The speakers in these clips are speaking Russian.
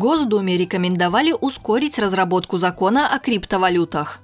Госдуме рекомендовали ускорить разработку закона о криптовалютах.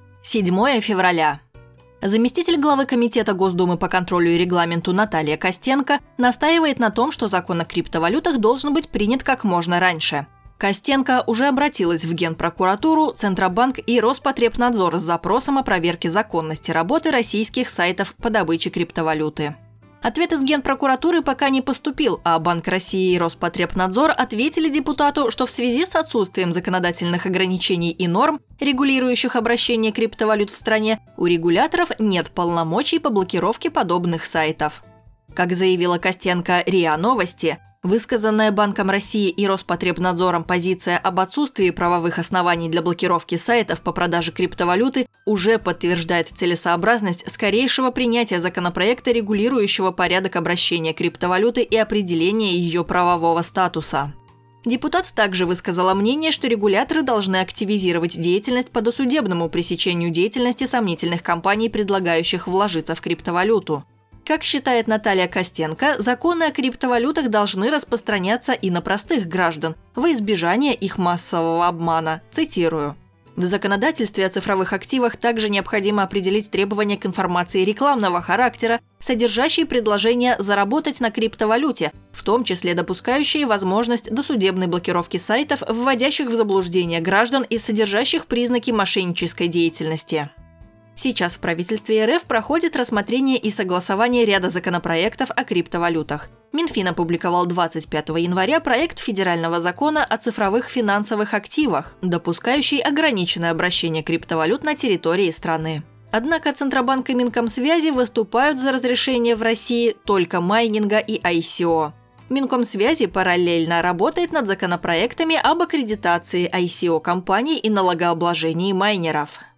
7 февраля. Заместитель главы Комитета Госдумы по контролю и регламенту Наталья Костенко настаивает на том, что закон о криптовалютах должен быть принят как можно раньше. Костенко уже обратилась в Генпрокуратуру, Центробанк и Роспотребнадзор с запросом о проверке законности работы российских сайтов по добыче криптовалюты. Ответ из Генпрокуратуры пока не поступил, а Банк России и Роспотребнадзор ответили депутату, что в связи с отсутствием законодательных ограничений и норм, регулирующих обращение криптовалют в стране, у регуляторов нет полномочий по блокировке подобных сайтов. Как заявила Костенко РИА Новости, высказанная Банком России и Роспотребнадзором позиция об отсутствии правовых оснований для блокировки сайтов по продаже криптовалюты уже подтверждает целесообразность скорейшего принятия законопроекта, регулирующего порядок обращения криптовалюты и определения ее правового статуса. Депутат также высказала мнение, что регуляторы должны активизировать деятельность по досудебному пресечению деятельности сомнительных компаний, предлагающих вложиться в криптовалюту. Как считает Наталья Костенко, законы о криптовалютах должны распространяться и на простых граждан во избежание их массового обмана. Цитирую. В законодательстве о цифровых активах также необходимо определить требования к информации рекламного характера, содержащие предложение заработать на криптовалюте, в том числе допускающие возможность досудебной блокировки сайтов, вводящих в заблуждение граждан и содержащих признаки мошеннической деятельности. Сейчас в правительстве РФ проходит рассмотрение и согласование ряда законопроектов о криптовалютах. Минфин опубликовал 25 января проект федерального закона о цифровых финансовых активах, допускающий ограниченное обращение криптовалют на территории страны. Однако Центробанк и Минкомсвязи выступают за разрешение в России только майнинга и ICO. Минкомсвязи параллельно работает над законопроектами об аккредитации ICO-компаний и налогообложении майнеров.